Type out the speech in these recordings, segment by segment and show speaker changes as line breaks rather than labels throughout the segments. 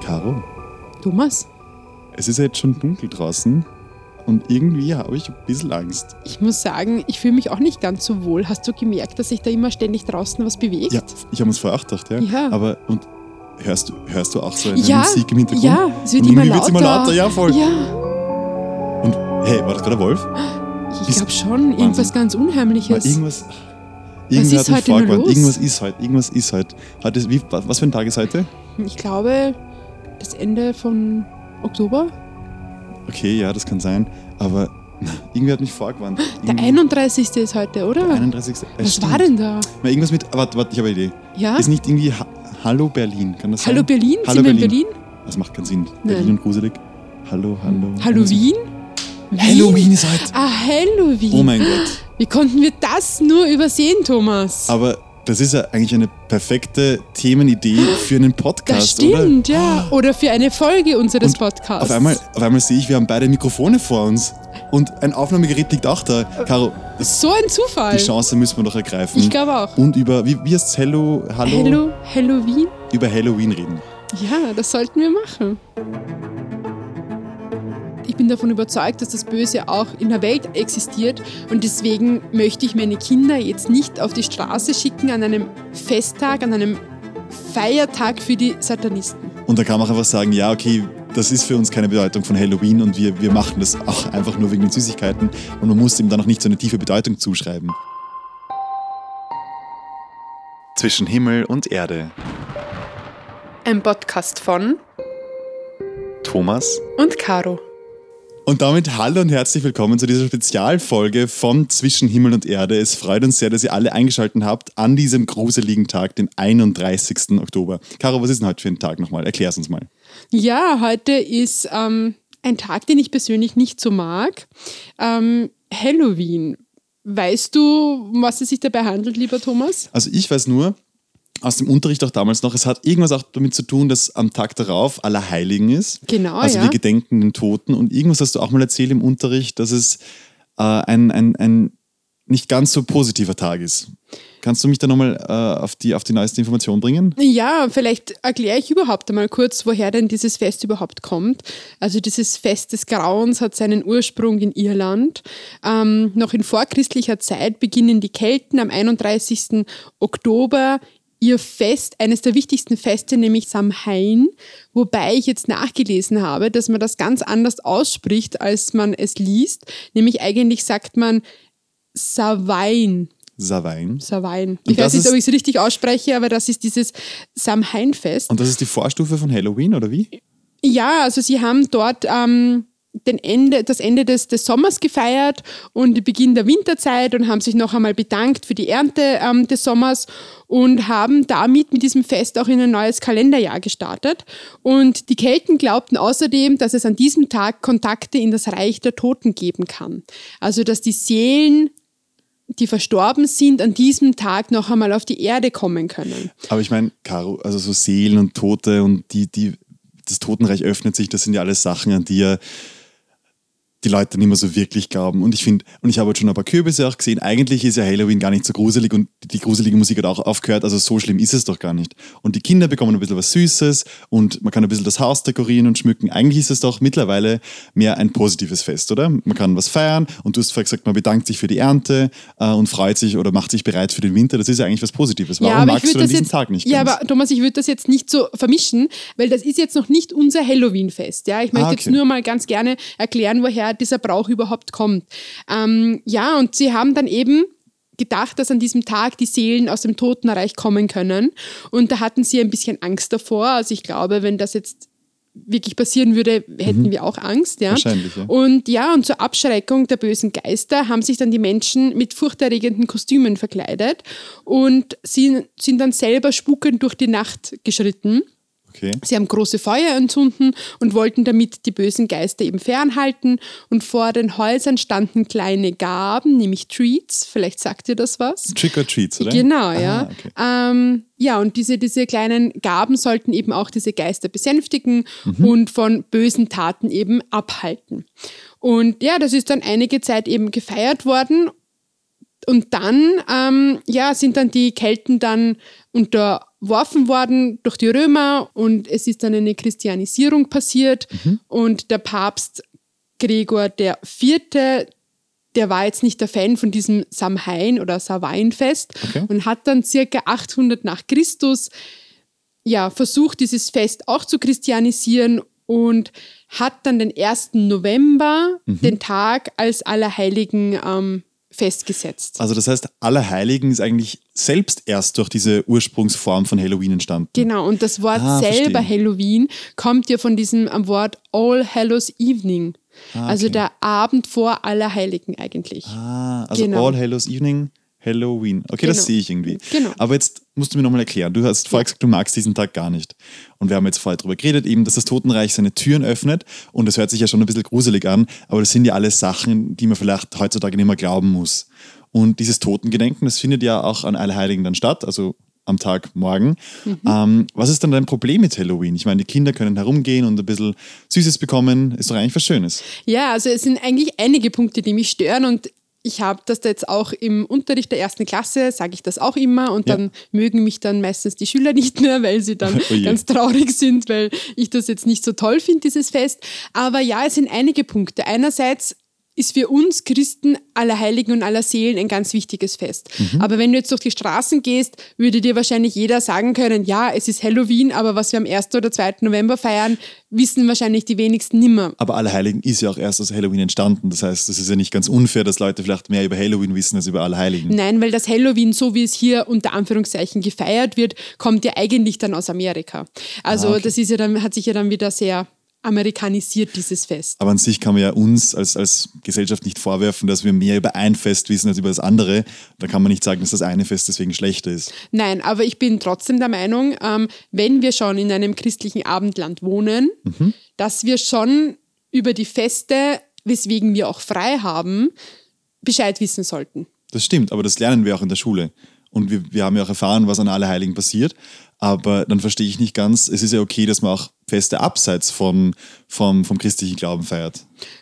Caro,
Thomas?
es ist ja jetzt schon dunkel draußen und irgendwie habe ich ein bisschen Angst.
Ich muss sagen, ich fühle mich auch nicht ganz so wohl. Hast du gemerkt, dass sich da immer ständig draußen was bewegt?
Ja, ich habe uns vorher auch gedacht, ja.
Ja.
Aber, und hörst du auch so eine
Ja,
Musik im Hintergrund?
ja, es wird
und
immer
irgendwie wird's immer lauter, ja voll.
Ja,
Und hey, war das gerade ein Wolf?
ich glaube schon. Irgendwas ganz Unheimliches.
Irgendwas
ist
hat mich
heute nur
vorgewarnt.
los?
Irgendwas ist heute. Was für ein Tag ist heute?
Ich glaube, das Ende von Oktober.
Okay, ja, das kann sein. Aber irgendwie hat mich vorgewarnt.
Der 31. ist heute, oder?
Der 31.
Was war denn da?
Na, irgendwas mit. Warte, ich habe eine Idee.
Ja?
Ist nicht irgendwie Hallo Berlin? Kann das sein?
Hallo Berlin?
Hallo
Sind wir in Berlin?
Das macht keinen Sinn.
Nein.
Berlin und gruselig. Hallo.
Halloween? Wien?
Halloween ist heute.
Ah, Halloween.
Oh mein Gott.
Wie konnten wir das nur übersehen, Thomas?
Aber das ist ja eigentlich eine perfekte Themenidee für einen Podcast,
Das stimmt,
oder?
ja. Oder für eine Folge unseres
Und
Podcasts.
Auf einmal sehe ich, wir haben beide Mikrofone vor uns. Und ein Aufnahmegerät liegt auch da. Caro,
So ein Zufall.
die Chance müssen wir doch ergreifen.
Ich glaube auch.
Und über, wie heißt es, Hallo?
Halloween?
Über Halloween reden.
Ja, das sollten wir machen. Ich bin davon überzeugt, dass das Böse auch in der Welt existiert und deswegen möchte ich meine Kinder jetzt nicht auf die Straße schicken an einem Festtag, an einem Feiertag für die Satanisten.
Und da kann man auch einfach sagen, ja, okay, das ist für uns keine Bedeutung von Halloween und wir machen das auch einfach nur wegen den Süßigkeiten und man muss ihm dann auch nicht so eine tiefe Bedeutung zuschreiben. Zwischen Himmel und Erde.
Ein Podcast von
Thomas
und Caro.
Und damit hallo und herzlich willkommen zu dieser Spezialfolge von Zwischen Himmel und Erde. Es freut uns sehr, dass ihr alle eingeschaltet habt an diesem gruseligen Tag, den 31. Oktober. Caro, was ist denn heute für ein Tag nochmal? Erklär es uns mal.
Ja, heute ist ein Tag, den ich persönlich nicht so mag. Halloween. Weißt du, um was es sich dabei handelt, lieber Thomas?
Also ich weiß nur, aus dem Unterricht auch damals noch, es hat irgendwas auch damit zu tun, dass am Tag darauf Allerheiligen ist.
Genau,
also
ja.
wir gedenken den Toten. Und irgendwas hast du auch mal erzählt im Unterricht, dass es ein nicht ganz so positiver Tag ist. Kannst du mich da nochmal auf die neueste Information bringen?
Ja, vielleicht erkläre ich überhaupt einmal kurz, woher denn dieses Fest überhaupt kommt. Also dieses Fest des Grauens hat seinen Ursprung in Irland. Noch in vorchristlicher Zeit beginnen die Kelten am 31. Oktober ihr Fest, eines der wichtigsten Feste, nämlich Samhain, wobei ich jetzt nachgelesen habe, dass man das ganz anders ausspricht, als man es liest. Nämlich eigentlich sagt man Samhain.
Samhain.
Ich weiß nicht, ob ich es richtig ausspreche, aber das ist dieses Samhain-Fest.
Und das ist die Vorstufe von Halloween, oder wie?
Ja, also sie haben dort das Ende des Sommers gefeiert und den Beginn der Winterzeit und haben sich noch einmal bedankt für die Ernte des Sommers und haben damit mit diesem Fest auch in ein neues Kalenderjahr gestartet. Und die Kelten glaubten außerdem, dass es an diesem Tag Kontakte in das Reich der Toten geben kann. Also dass die Seelen, die verstorben sind, an diesem Tag noch einmal auf die Erde kommen können.
Aber ich meine, Caro, also so Seelen und Tote und das Totenreich öffnet sich, das sind ja alles Sachen, an die ja die Leute nicht mehr so wirklich glauben. Und ich habe heute schon ein paar Kürbisse auch gesehen, eigentlich ist ja Halloween gar nicht so gruselig und die gruselige Musik hat auch aufgehört, also so schlimm ist es doch gar nicht. Und die Kinder bekommen ein bisschen was Süßes und man kann ein bisschen das Haus dekorieren und schmücken. Eigentlich ist es doch mittlerweile mehr ein positives Fest, oder? Man kann was feiern und du hast vorher gesagt, man bedankt sich für die Ernte und freut sich oder macht sich bereit für den Winter. Das ist ja eigentlich was Positives. Warum magst du denn diesen Tag nicht
Ja,
ganz?
aber Thomas, ich würde das jetzt nicht so vermischen, weil das ist jetzt noch nicht unser Halloween-Fest. Ja? Ich möchte jetzt nur mal ganz gerne erklären, woher dieser Brauch überhaupt kommt. Ja, und sie haben dann eben gedacht, dass an diesem Tag die Seelen aus dem Totenreich kommen können. Und da hatten sie ein bisschen Angst davor. Also ich glaube, wenn das jetzt wirklich passieren würde, hätten wir auch Angst. Ja?
Wahrscheinlich, ja.
Und zur Abschreckung der bösen Geister haben sich dann die Menschen mit furchterregenden Kostümen verkleidet und sind dann selber spukend durch die Nacht geschritten.
Okay.
Sie haben große Feuer entzünden und wollten damit die bösen Geister eben fernhalten. Und vor den Häusern standen kleine Gaben, nämlich Treats. Vielleicht sagt ihr das was?
Trick or Treats, oder?
Genau, ja.
Okay.
Ja, und diese kleinen Gaben sollten eben auch diese Geister besänftigen und von bösen Taten eben abhalten. Und ja, das ist dann einige Zeit eben gefeiert worden. Und dann sind dann die Kelten dann unter unterworfen worden durch die Römer und es ist dann eine Christianisierung passiert und der Papst Gregor IV., der war jetzt nicht der Fan von diesem Samhain oder Samhain-Fest und hat dann circa 800 nach Christus versucht, dieses Fest auch zu christianisieren und hat dann den 1. November, den Tag als Allerheiligen festgesetzt.
Also das heißt, Allerheiligen ist eigentlich selbst erst durch diese Ursprungsform von Halloween entstanden.
Genau, und das Wort selber Halloween kommt ja von diesem Wort All Hallows Evening. Also der Abend vor Allerheiligen eigentlich.
Also All Hallows Evening, Halloween. Okay, das sehe ich irgendwie.
Genau.
Aber jetzt musst du mir nochmal erklären. Du hast vorher gesagt, du magst diesen Tag gar nicht. Und wir haben jetzt vorher darüber geredet, eben, dass das Totenreich seine Türen öffnet. Und das hört sich ja schon ein bisschen gruselig an, aber das sind ja alles Sachen, die man vielleicht heutzutage nicht mehr glauben muss. Und dieses Totengedenken, das findet ja auch an Allerheiligen dann statt, also am Tag morgen. Was ist dann dein Problem mit Halloween? Ich meine, die Kinder können herumgehen und ein bisschen Süßes bekommen. Ist doch eigentlich was Schönes.
Ja, also es sind eigentlich einige Punkte, die mich stören und ich habe das jetzt auch im Unterricht der 1. Klasse, sage ich das auch immer und dann mögen mich dann meistens die Schüler nicht mehr, weil sie dann ganz traurig sind, weil ich das jetzt nicht so toll finde, dieses Fest. Aber ja, es sind einige Punkte. Einerseits ist für uns Christen Allerheiligen und Allerseelen ein ganz wichtiges Fest. Aber wenn du jetzt durch die Straßen gehst, würde dir wahrscheinlich jeder sagen können, ja, es ist Halloween, aber was wir am 1. oder 2. November feiern, wissen wahrscheinlich die wenigsten nimmer.
Aber Allerheiligen ist ja auch erst aus Halloween entstanden. Das heißt, es ist ja nicht ganz unfair, dass Leute vielleicht mehr über Halloween wissen als über Allerheiligen.
Nein, weil das Halloween, so wie es hier unter Anführungszeichen gefeiert wird, kommt ja eigentlich dann aus Amerika. Also das ist ja dann, hat sich ja dann wieder sehr amerikanisiert, dieses Fest.
Aber an sich kann man ja uns als Gesellschaft nicht vorwerfen, dass wir mehr über ein Fest wissen als über das andere. Da kann man nicht sagen, dass das eine Fest deswegen schlechter ist.
Nein, aber ich bin trotzdem der Meinung, wenn wir schon in einem christlichen Abendland wohnen, dass wir schon über die Feste, weswegen wir auch frei haben, Bescheid wissen sollten.
Das stimmt, aber das lernen wir auch in der Schule. Und wir haben ja auch erfahren, was an Allerheiligen passiert. Aber dann verstehe ich nicht ganz, es ist ja okay, dass man auch Feste abseits vom christlichen Glauben feiert.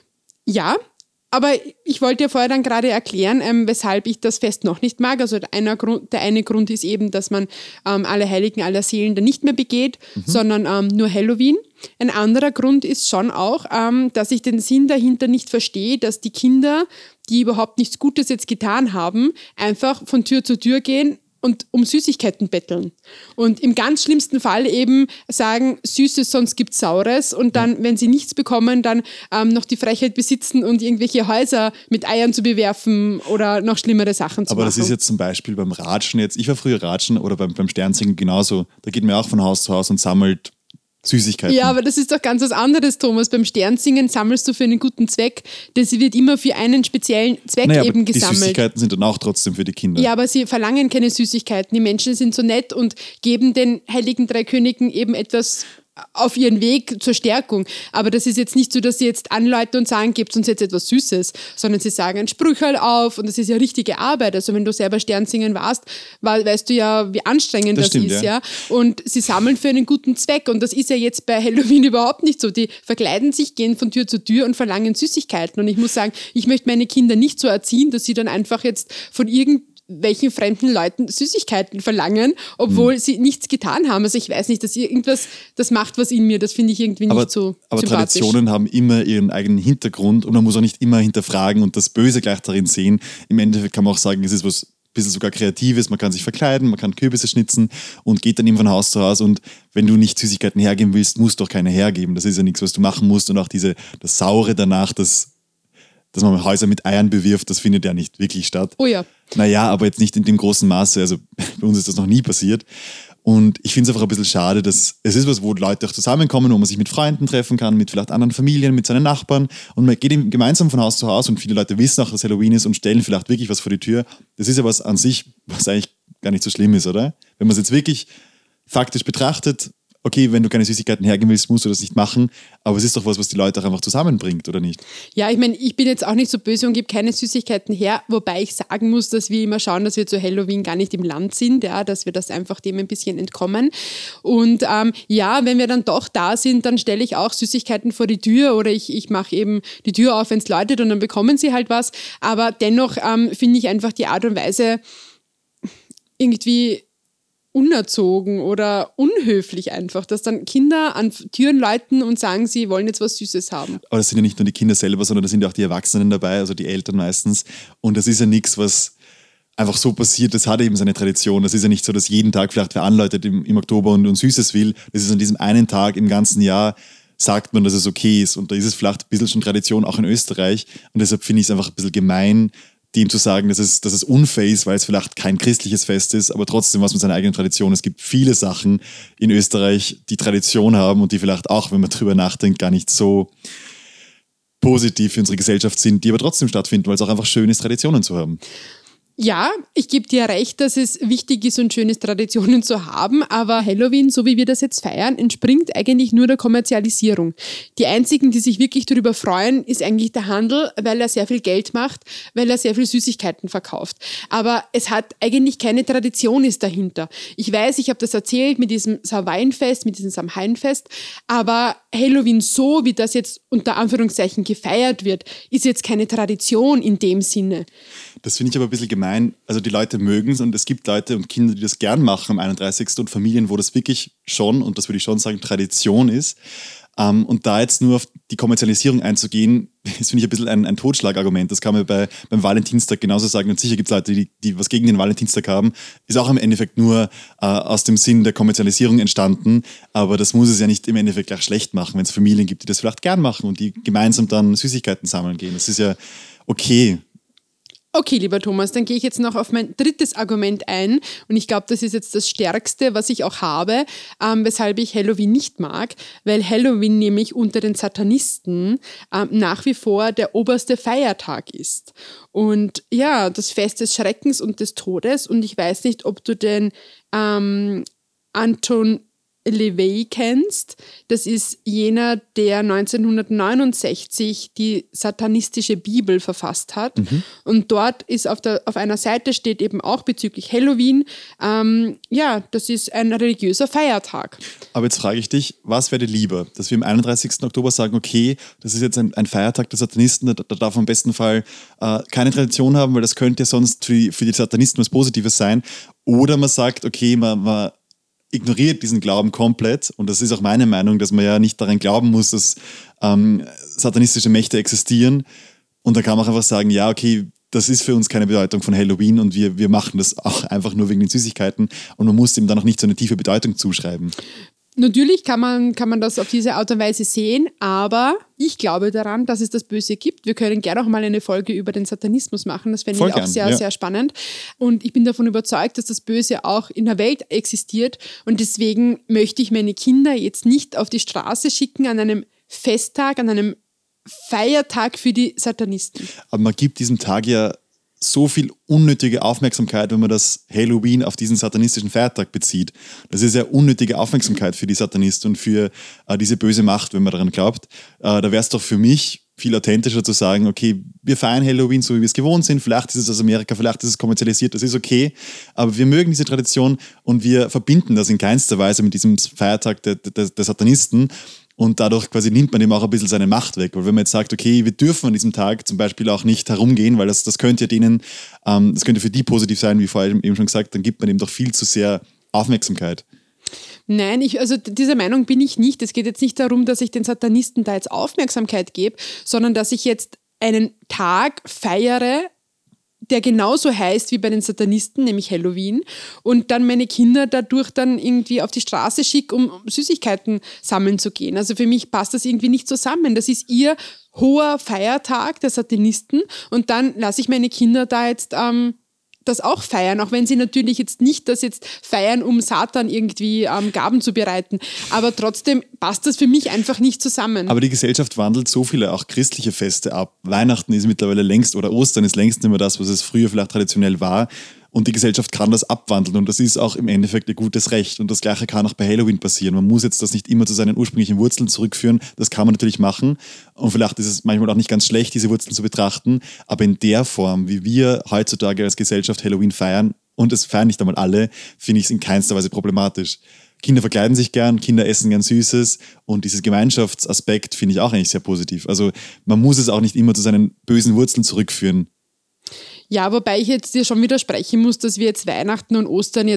Ja, aber ich wollte ja vorher dann gerade erklären, weshalb ich das Fest noch nicht mag. Also der eine Grund ist eben, dass man Allerheiligen, Allerseelen dann nicht mehr begeht, sondern nur Halloween. Ein anderer Grund ist schon auch, dass ich den Sinn dahinter nicht verstehe, dass die Kinder, die überhaupt nichts Gutes jetzt getan haben, einfach von Tür zu Tür gehen und um Süßigkeiten betteln. Und im ganz schlimmsten Fall eben sagen, Süßes, sonst gibt's Saures. Und dann, wenn sie nichts bekommen, dann noch die Frechheit besitzen und irgendwelche Häuser mit Eiern zu bewerfen oder noch schlimmere Sachen zu machen.
Aber das ist jetzt zum Beispiel beim Ratschen jetzt. Ich war früher Ratschen oder beim Sternzingen genauso. Da geht man auch von Haus zu Haus und sammelt Süßigkeiten.
Ja, aber das ist doch ganz was anderes, Thomas. Beim Sternzingen sammelst du für einen guten Zweck. Das wird immer für einen speziellen Zweck eben gesammelt.
Die Süßigkeiten sind dann auch trotzdem für die Kinder.
Ja, aber sie verlangen keine Süßigkeiten. Die Menschen sind so nett und geben den Heiligen Drei Königen eben etwas auf ihren Weg zur Stärkung. Aber das ist jetzt nicht so, dass sie jetzt anläuten und sagen, gebt uns jetzt etwas Süßes, sondern sie sagen ein Sprüchel auf und das ist ja richtige Arbeit. Also wenn du selber Sternsingen warst, weißt du ja, wie anstrengend das ist. Ja. Und sie sammeln für einen guten Zweck und das ist ja jetzt bei Halloween überhaupt nicht so. Die verkleiden sich, gehen von Tür zu Tür und verlangen Süßigkeiten. Und ich muss sagen, ich möchte meine Kinder nicht so erziehen, dass sie dann einfach jetzt von welchen fremden Leuten Süßigkeiten verlangen, obwohl sie nichts getan haben. Also ich weiß nicht, dass irgendwas, das macht was in mir, das finde ich irgendwie nicht so
aber
sympathisch.
Traditionen haben immer ihren eigenen Hintergrund und man muss auch nicht immer hinterfragen und das Böse gleich darin sehen. Im Endeffekt kann man auch sagen, es ist was bisschen sogar Kreatives, man kann sich verkleiden, man kann Kürbisse schnitzen und geht dann eben von Haus zu Haus und wenn du nicht Süßigkeiten hergeben willst, musst du auch keine hergeben. Das ist ja nichts, was du machen musst und auch das Saure danach, dass man Häuser mit Eiern bewirft, das findet ja nicht wirklich statt.
Oh ja.
Naja, aber jetzt nicht in dem großen Maße. Also bei uns ist das noch nie passiert. Und ich finde es einfach ein bisschen schade, dass es ist was, wo Leute auch zusammenkommen, wo man sich mit Freunden treffen kann, mit vielleicht anderen Familien, mit seinen Nachbarn und man geht eben gemeinsam von Haus zu Haus und viele Leute wissen auch, dass Halloween ist und stellen vielleicht wirklich was vor die Tür. Das ist ja was an sich, was eigentlich gar nicht so schlimm ist, oder? Wenn man es jetzt wirklich faktisch betrachtet, okay, wenn du keine Süßigkeiten hergeben willst, musst du das nicht machen, aber es ist doch was die Leute auch einfach zusammenbringt, oder nicht?
Ja, ich meine, ich bin jetzt auch nicht so böse und gebe keine Süßigkeiten her, wobei ich sagen muss, dass wir immer schauen, dass wir zu Halloween gar nicht im Land sind, ja, dass wir das einfach dem ein bisschen entkommen. Und ja, wenn wir dann doch da sind, dann stelle ich auch Süßigkeiten vor die Tür oder ich mache eben die Tür auf, wenn es läutet und dann bekommen sie halt was. Aber dennoch finde ich einfach die Art und Weise irgendwie unerzogen oder unhöflich einfach, dass dann Kinder an Türen läuten und sagen, sie wollen jetzt was Süßes haben.
Aber das sind ja nicht nur die Kinder selber, sondern da sind ja auch die Erwachsenen dabei, also die Eltern meistens. Und das ist ja nichts, was einfach so passiert. Das hat eben seine Tradition. Das ist ja nicht so, dass jeden Tag vielleicht wer anläutet im Oktober und Süßes will. Das ist an diesem einen Tag im ganzen Jahr, sagt man, dass es okay ist. Und da ist es vielleicht ein bisschen schon Tradition, auch in Österreich. Und deshalb finde ich es einfach ein bisschen gemein, dem zu sagen, dass es unfair ist, weil es vielleicht kein christliches Fest ist, aber trotzdem was mit seiner eigenen Tradition. Es gibt viele Sachen in Österreich, die Tradition haben und die vielleicht auch, wenn man drüber nachdenkt, gar nicht so positiv für unsere Gesellschaft sind, die aber trotzdem stattfinden, weil es auch einfach schön ist, Traditionen zu haben.
Ja, ich gebe dir recht, dass es wichtig ist und schön ist, Traditionen zu haben, aber Halloween, so wie wir das jetzt feiern, entspringt eigentlich nur der Kommerzialisierung. Die einzigen, die sich wirklich darüber freuen, ist eigentlich der Handel, weil er sehr viel Geld macht, weil er sehr viel Süßigkeiten verkauft. Aber es hat eigentlich keine Tradition ist dahinter. Ich weiß, ich habe das erzählt mit diesem Samhainfest, mit diesem Samhainfest, aber Halloween, so wie das jetzt unter Anführungszeichen gefeiert wird, ist jetzt keine Tradition in dem Sinne.
Das finde ich aber ein bisschen gemein. Also die Leute mögen es und es gibt Leute und Kinder, die das gern machen am 31. und Familien, wo das wirklich schon, und das würde ich schon sagen, Tradition ist. Und da jetzt nur auf die Kommerzialisierung einzugehen, ist, finde ich, ein bisschen ein Totschlagargument. Das kann man beim Valentinstag genauso sagen. Und sicher gibt es Leute, die was gegen den Valentinstag haben. Ist auch im Endeffekt nur aus dem Sinn der Kommerzialisierung entstanden. Aber das muss es ja nicht im Endeffekt gleich schlecht machen, wenn es Familien gibt, die das vielleicht gern machen und die gemeinsam dann Süßigkeiten sammeln gehen. Das ist ja okay.
Okay, lieber Thomas, dann gehe ich jetzt noch auf mein drittes Argument ein und ich glaube, das ist jetzt das Stärkste, was ich auch habe, weshalb ich Halloween nicht mag, weil Halloween nämlich unter den Satanisten nach wie vor der oberste Feiertag ist. Und ja, das Fest des Schreckens und des Todes, und ich weiß nicht, ob du den Anton LaVey kennst. Das ist jener, der 1969 die satanistische Bibel verfasst hat. Mhm. Und dort ist auf einer Seite steht eben auch bezüglich Halloween, das ist ein religiöser Feiertag.
Aber jetzt frage ich dich, was wäre dir lieber? Dass wir am 31. Oktober sagen, okay, das ist jetzt ein Feiertag der Satanisten, da darf man im besten Fall keine Tradition haben, weil das könnte ja sonst für die Satanisten was Positives sein. Oder man sagt, okay, man ignoriert diesen Glauben komplett, und das ist auch meine Meinung, dass man ja nicht daran glauben muss, dass satanistische Mächte existieren, und da kann man auch einfach sagen, ja, okay, das ist für uns keine Bedeutung von Halloween und wir machen das auch einfach nur wegen den Süßigkeiten, und man muss dem dann auch nicht so eine tiefe Bedeutung zuschreiben.
Natürlich kann man das auf diese Art und Weise sehen, aber ich glaube daran, dass es das Böse gibt. Wir können gerne auch mal eine Folge über den Satanismus machen. Das fände ich auch sehr, sehr spannend. Und ich bin davon überzeugt, dass das Böse auch in der Welt existiert. Und deswegen möchte ich meine Kinder jetzt nicht auf die Straße schicken an einem Festtag, an einem Feiertag für die Satanisten.
Aber man gibt diesem Tag ja so viel unnötige Aufmerksamkeit, wenn man das Halloween auf diesen satanistischen Feiertag bezieht. Das ist ja unnötige Aufmerksamkeit für die Satanisten und für diese böse Macht, wenn man daran glaubt. Da wäre es doch für mich viel authentischer zu sagen, okay, wir feiern Halloween, so wie wir es gewohnt sind, vielleicht ist es aus Amerika, vielleicht ist es kommerzialisiert, das ist okay, aber wir mögen diese Tradition und wir verbinden das in keinster Weise mit diesem Feiertag der Satanisten. Und dadurch quasi nimmt man ihm auch ein bisschen seine Macht weg. Weil wenn man jetzt sagt, okay, wir dürfen an diesem Tag zum Beispiel auch nicht herumgehen, weil das könnte ja denen, das könnte für die positiv sein, wie vorher eben schon gesagt, dann gibt man ihm doch viel zu sehr Aufmerksamkeit.
Nein, also dieser Meinung bin ich nicht. Es geht jetzt nicht darum, dass ich den Satanisten da jetzt Aufmerksamkeit gebe, sondern dass ich jetzt einen Tag feiere, der genauso heißt wie bei den Satanisten, nämlich Halloween, und dann meine Kinder dadurch dann irgendwie auf die Straße schicke, um Süßigkeiten sammeln zu gehen. Also für mich passt das irgendwie nicht zusammen. Das ist ihr hoher Feiertag der Satanisten, und dann lasse ich meine Kinder da jetzt das auch feiern, auch wenn sie natürlich jetzt nicht das jetzt feiern, um Satan irgendwie Gaben zu bereiten. Aber trotzdem passt das für mich einfach nicht zusammen.
Aber die Gesellschaft wandelt so viele auch christliche Feste ab. Weihnachten ist mittlerweile längst, oder Ostern ist längst nicht mehr das, was es früher vielleicht traditionell war. Und die Gesellschaft kann das abwandeln, und das ist auch im Endeffekt ihr gutes Recht. Und das Gleiche kann auch bei Halloween passieren. Man muss jetzt das nicht immer zu seinen ursprünglichen Wurzeln zurückführen. Das kann man natürlich machen. Und vielleicht ist es manchmal auch nicht ganz schlecht, diese Wurzeln zu betrachten. Aber in der Form, wie wir heutzutage als Gesellschaft Halloween feiern, und es feiern nicht einmal alle, finde ich es in keinster Weise problematisch. Kinder verkleiden sich gern, Kinder essen gern Süßes, und dieses Gemeinschaftsaspekt finde ich auch eigentlich sehr positiv. Also man muss es auch nicht immer zu seinen bösen Wurzeln zurückführen.
Ja, wobei ich jetzt dir schon widersprechen muss, dass wir jetzt Weihnachten und Ostern jetzt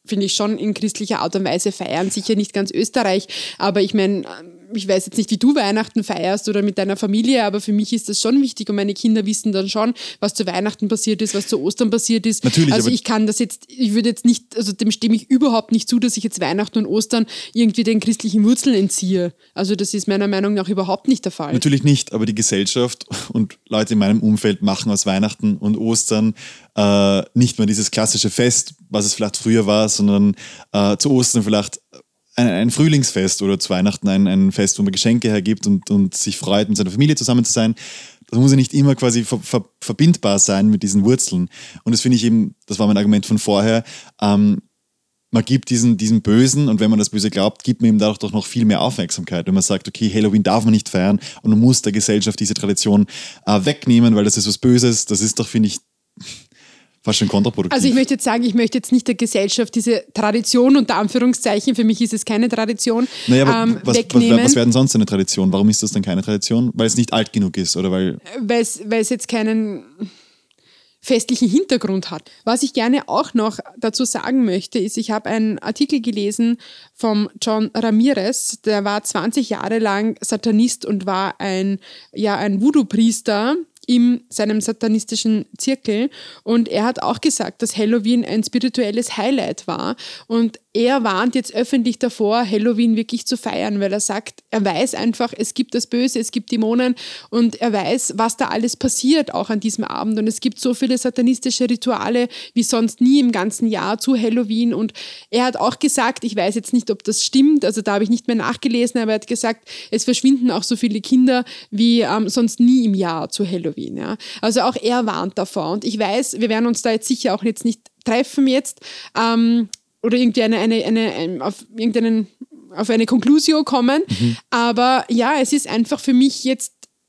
finde ich, schon in christlicher Art und Weise feiern. Sicher nicht ganz Österreich, aber ich meine, ich weiß jetzt nicht, wie du Weihnachten feierst oder mit deiner Familie, aber für mich ist das schon wichtig und meine Kinder wissen dann schon, was zu Weihnachten passiert ist, was zu Ostern passiert ist.
Natürlich,
also ich würde jetzt nicht, also dem stimme ich überhaupt nicht zu, dass ich jetzt Weihnachten und Ostern irgendwie den christlichen Wurzeln entziehe. Also das ist meiner Meinung nach überhaupt nicht der Fall.
Natürlich nicht, aber die Gesellschaft und Leute in meinem Umfeld machen aus Weihnachten und Ostern nicht mehr dieses klassische Fest, was es vielleicht früher war, sondern zu Ostern vielleicht ein Frühlingsfest oder zu Weihnachten ein Fest, wo man Geschenke hergibt und sich freut, mit seiner Familie zusammen zu sein. Das muss ja nicht immer quasi verbindbar sein mit diesen Wurzeln. Und das finde ich eben, das war mein Argument von vorher, man gibt diesen Bösen, und wenn man das Böse glaubt, gibt man ihm dadurch doch noch viel mehr Aufmerksamkeit. Wenn man sagt, okay, Halloween darf man nicht feiern und man muss der Gesellschaft diese Tradition wegnehmen, weil das ist was Böses, das ist doch, finde ich, fast schon kontraproduktiv.
Also ich möchte jetzt sagen, ich möchte jetzt nicht der Gesellschaft diese Tradition, unter Anführungszeichen, für mich ist es keine Tradition,
naja, aber
wegnehmen.
Was wäre denn sonst eine Tradition? Warum ist das dann keine Tradition? Weil es nicht alt genug ist oder weil
es jetzt keinen festlichen Hintergrund hat. Was ich gerne auch noch dazu sagen möchte, ist, ich habe einen Artikel gelesen vom John Ramirez, der war 20 Jahre lang Satanist und war ein Voodoo-Priester in seinem satanistischen Zirkel, und er hat auch gesagt, dass Halloween ein spirituelles Highlight war, und er warnt jetzt öffentlich davor, Halloween wirklich zu feiern, weil er sagt, er weiß einfach, es gibt das Böse, es gibt Dämonen, und er weiß, was da alles passiert auch an diesem Abend, und es gibt so viele satanistische Rituale wie sonst nie im ganzen Jahr zu Halloween, und er hat auch gesagt, ich weiß jetzt nicht, ob das stimmt, also da habe ich nicht mehr nachgelesen, aber er hat gesagt, es verschwinden auch so viele Kinder wie sonst nie im Jahr zu Halloween. Ja. Also auch er warnt davor, und ich weiß, wir werden uns da jetzt sicher auch jetzt nicht treffen jetzt oder irgendwie auf eine Conclusio kommen, aber ja, es ist einfach für mich jetzt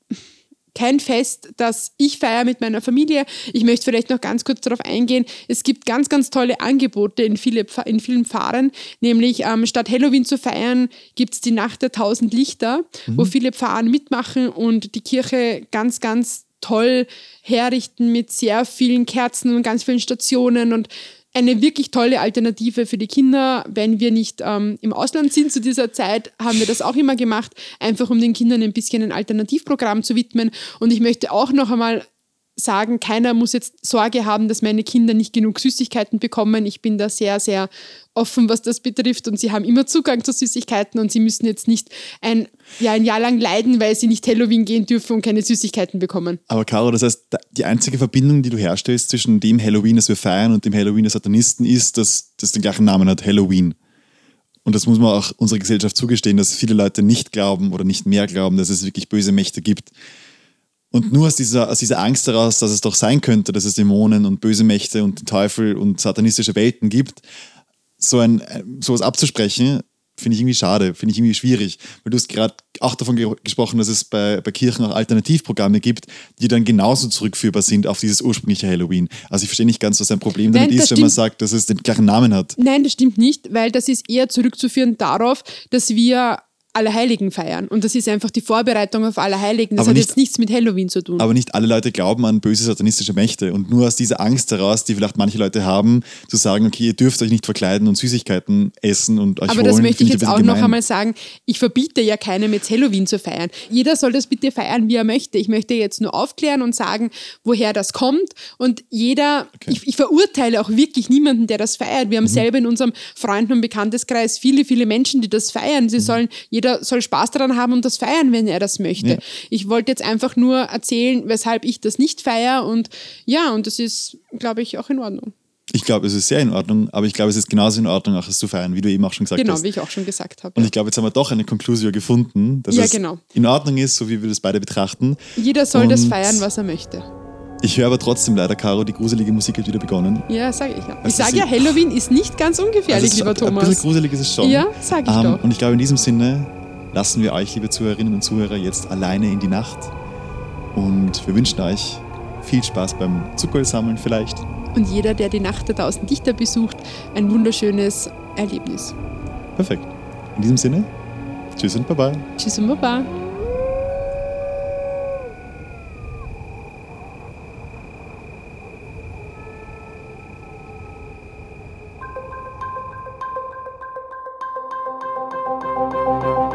kein Fest, das ich feiere mit meiner Familie. Ich möchte vielleicht noch ganz kurz darauf eingehen, es gibt ganz, ganz tolle Angebote in vielen Pfarren, nämlich statt Halloween zu feiern, gibt es die Nacht der 1000 Lichter, wo viele Pfarren mitmachen und die Kirche ganz, ganz toll herrichten mit sehr vielen Kerzen und ganz vielen Stationen, und eine wirklich tolle Alternative für die Kinder. Wenn wir nicht im Ausland sind zu dieser Zeit, haben wir das auch immer gemacht, einfach um den Kindern ein bisschen ein Alternativprogramm zu widmen. Und ich möchte auch noch einmal sagen, keiner muss jetzt Sorge haben, dass meine Kinder nicht genug Süßigkeiten bekommen. Ich bin da sehr, sehr offen, was das betrifft, und sie haben immer Zugang zu Süßigkeiten, und sie müssen jetzt nicht ein Jahr lang leiden, weil sie nicht Halloween gehen dürfen und keine Süßigkeiten bekommen.
Aber Caro, das heißt, die einzige Verbindung, die du herstellst zwischen dem Halloween, das wir feiern, und dem Halloween der Satanisten ist, dass das den gleichen Namen hat, Halloween. Und das muss man auch unserer Gesellschaft zugestehen, dass viele Leute nicht glauben oder nicht mehr glauben, dass es wirklich böse Mächte gibt. Und nur aus dieser Angst heraus, dass es doch sein könnte, dass es Dämonen und böse Mächte und den Teufel und satanistische Welten gibt, sowas abzusprechen, finde ich irgendwie schade, finde ich irgendwie schwierig. Weil du hast gerade auch davon gesprochen, dass es bei Kirchen auch Alternativprogramme gibt, die dann genauso zurückführbar sind auf dieses ursprüngliche Halloween. Also ich verstehe nicht ganz, was ein Problem damit ist, wenn man sagt, dass es den gleichen Namen hat.
Nein, das stimmt nicht, weil das ist eher zurückzuführen darauf, dass wir Allerheiligen feiern. Und das ist einfach die Vorbereitung auf Allerheiligen. Das hat jetzt nichts mit Halloween zu tun.
Aber nicht alle Leute glauben an böse satanistische Mächte. Und nur aus dieser Angst heraus, die vielleicht manche Leute haben, zu sagen, okay, ihr dürft euch nicht verkleiden und Süßigkeiten essen und euch holen.
Aber das möchte ich jetzt auch noch einmal sagen. Ich verbiete ja keinem jetzt Halloween zu feiern. Jeder soll das bitte feiern, wie er möchte. Ich möchte jetzt nur aufklären und sagen, woher das kommt. Und jeder, okay. Ich verurteile auch wirklich niemanden, der das feiert. Wir haben selber in unserem Freunden- und Bekannteskreis viele, viele Menschen, die das feiern. Jeder soll Spaß daran haben und das feiern, wenn er das möchte. Ja. Ich wollte jetzt einfach nur erzählen, weshalb ich das nicht feiere, und das ist, glaube ich, auch in Ordnung.
Ich glaube, es ist sehr in Ordnung, aber ich glaube, es ist genauso in Ordnung, auch es zu feiern, wie du eben auch schon gesagt hast.
Genau, wie ich auch schon gesagt habe.
Und ich glaube, jetzt haben wir doch eine Conclusio gefunden, dass es in Ordnung ist, so wie wir das beide betrachten.
Jeder soll das feiern, was er möchte.
Ich höre aber trotzdem leider, Caro, die gruselige Musik hat wieder begonnen.
Ja, sage ich ja. Ich sage ja, Halloween ist nicht ganz ungefährlich, lieber Thomas.
Ein bisschen gruselig ist es schon.
Ja, sage ich doch.
Und ich glaube, in diesem Sinne lassen wir euch, liebe Zuhörerinnen und Zuhörer, jetzt alleine in die Nacht. Und wir wünschen euch viel Spaß beim Zuckersammeln vielleicht.
Und jeder, der die Nacht der 1000 Lichter besucht, ein wunderschönes Erlebnis.
Perfekt. In diesem Sinne, tschüss und baba.
Tschüss und baba.
Musik